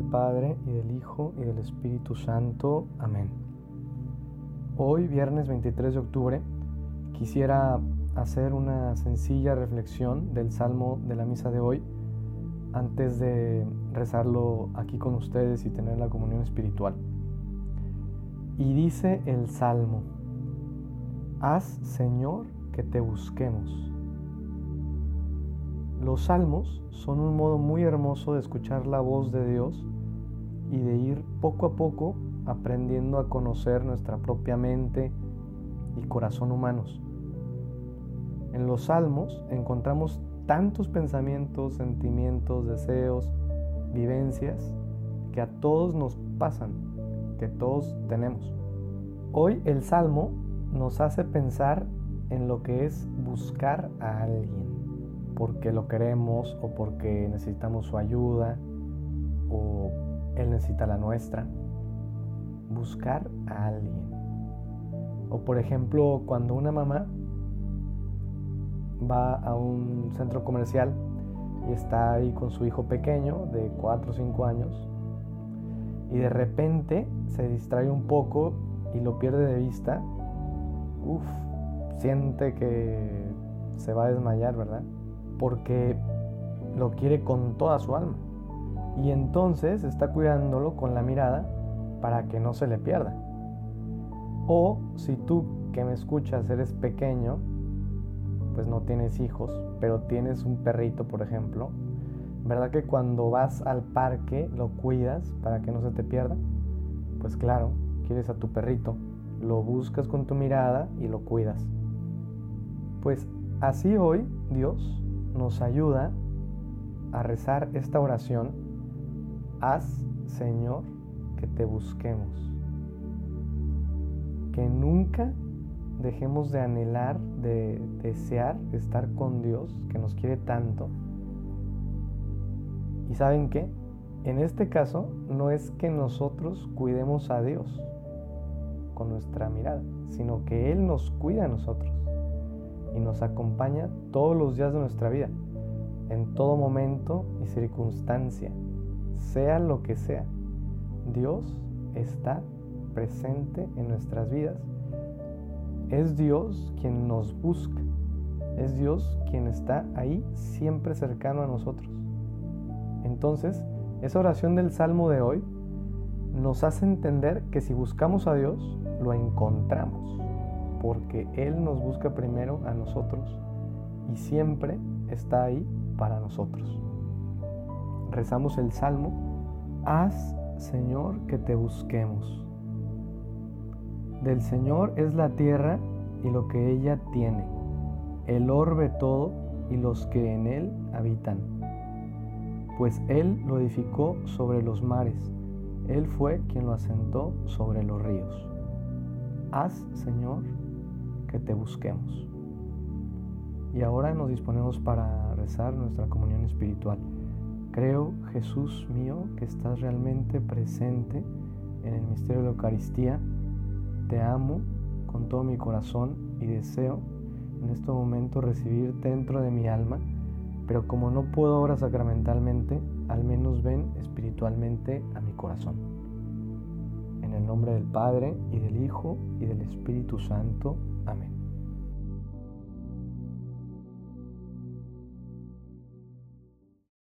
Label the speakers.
Speaker 1: Padre, y del Hijo, y del Espíritu Santo. Amén. Hoy, viernes 23 de octubre, quisiera hacer una sencilla reflexión del Salmo de la misa de hoy antes de rezarlo aquí con ustedes y tener la comunión espiritual. Y dice el Salmo: haz, Señor, que te busquemos. Los salmos son un modo muy hermoso de escuchar la voz de Dios y de ir poco a poco aprendiendo a conocer nuestra propia mente y corazón humanos. En los salmos encontramos tantos pensamientos, sentimientos, deseos, vivencias que a todos nos pasan, que todos tenemos. Hoy el Salmo nos hace pensar en lo que es buscar a alguien, porque lo queremos o porque necesitamos su ayuda o él necesita la nuestra. Buscar a alguien. O por ejemplo, cuando una mamá va a un centro comercial y está ahí con su hijo pequeño de 4 o 5 años y de repente se distrae un poco y lo pierde de vista, siente que se va a desmayar, ¿verdad? Porque lo quiere con toda su alma y entonces está cuidándolo con la mirada para que no se le pierda. O si tú que me escuchas eres pequeño, pues no tienes hijos, pero tienes un perrito, por ejemplo, ¿verdad que cuando vas al parque lo cuidas para que no se te pierda? Pues claro, quieres a tu perrito, lo buscas con tu mirada y lo cuidas. Pues así hoy Dios nos ayuda a rezar esta oración: haz, Señor, que te busquemos. Que nunca dejemos de anhelar, de desear estar con Dios, que nos quiere tanto. ¿Y saben qué? En este caso no es que nosotros cuidemos a Dios con nuestra mirada, sino que Él nos cuida a nosotros y nos acompaña todos los días de nuestra vida, en todo momento y circunstancia, sea lo que sea. Dios está presente en nuestras vidas. Es Dios quien nos busca, es Dios quien está ahí siempre cercano a nosotros. Entonces, esa oración del Salmo de hoy nos hace entender que si buscamos a Dios, lo encontramos, porque Él nos busca primero a nosotros y siempre está ahí para nosotros. Rezamos el Salmo: haz, Señor, que te busquemos. Del Señor es la tierra y lo que ella tiene, el orbe todo y los que en él habitan. Pues Él lo edificó sobre los mares, Él fue quien lo asentó sobre los ríos. Haz, Señor, que te busquemos. Y ahora nos disponemos para rezar nuestra comunión espiritual. Creo, Jesús mío, que estás realmente presente en el misterio de la Eucaristía. Te amo con todo mi corazón y deseo en este momento recibirte dentro de mi alma, pero como no puedo ahora sacramentalmente, al menos ven espiritualmente a mi corazón. En el nombre del Padre, y del Hijo, y del Espíritu Santo. Amén.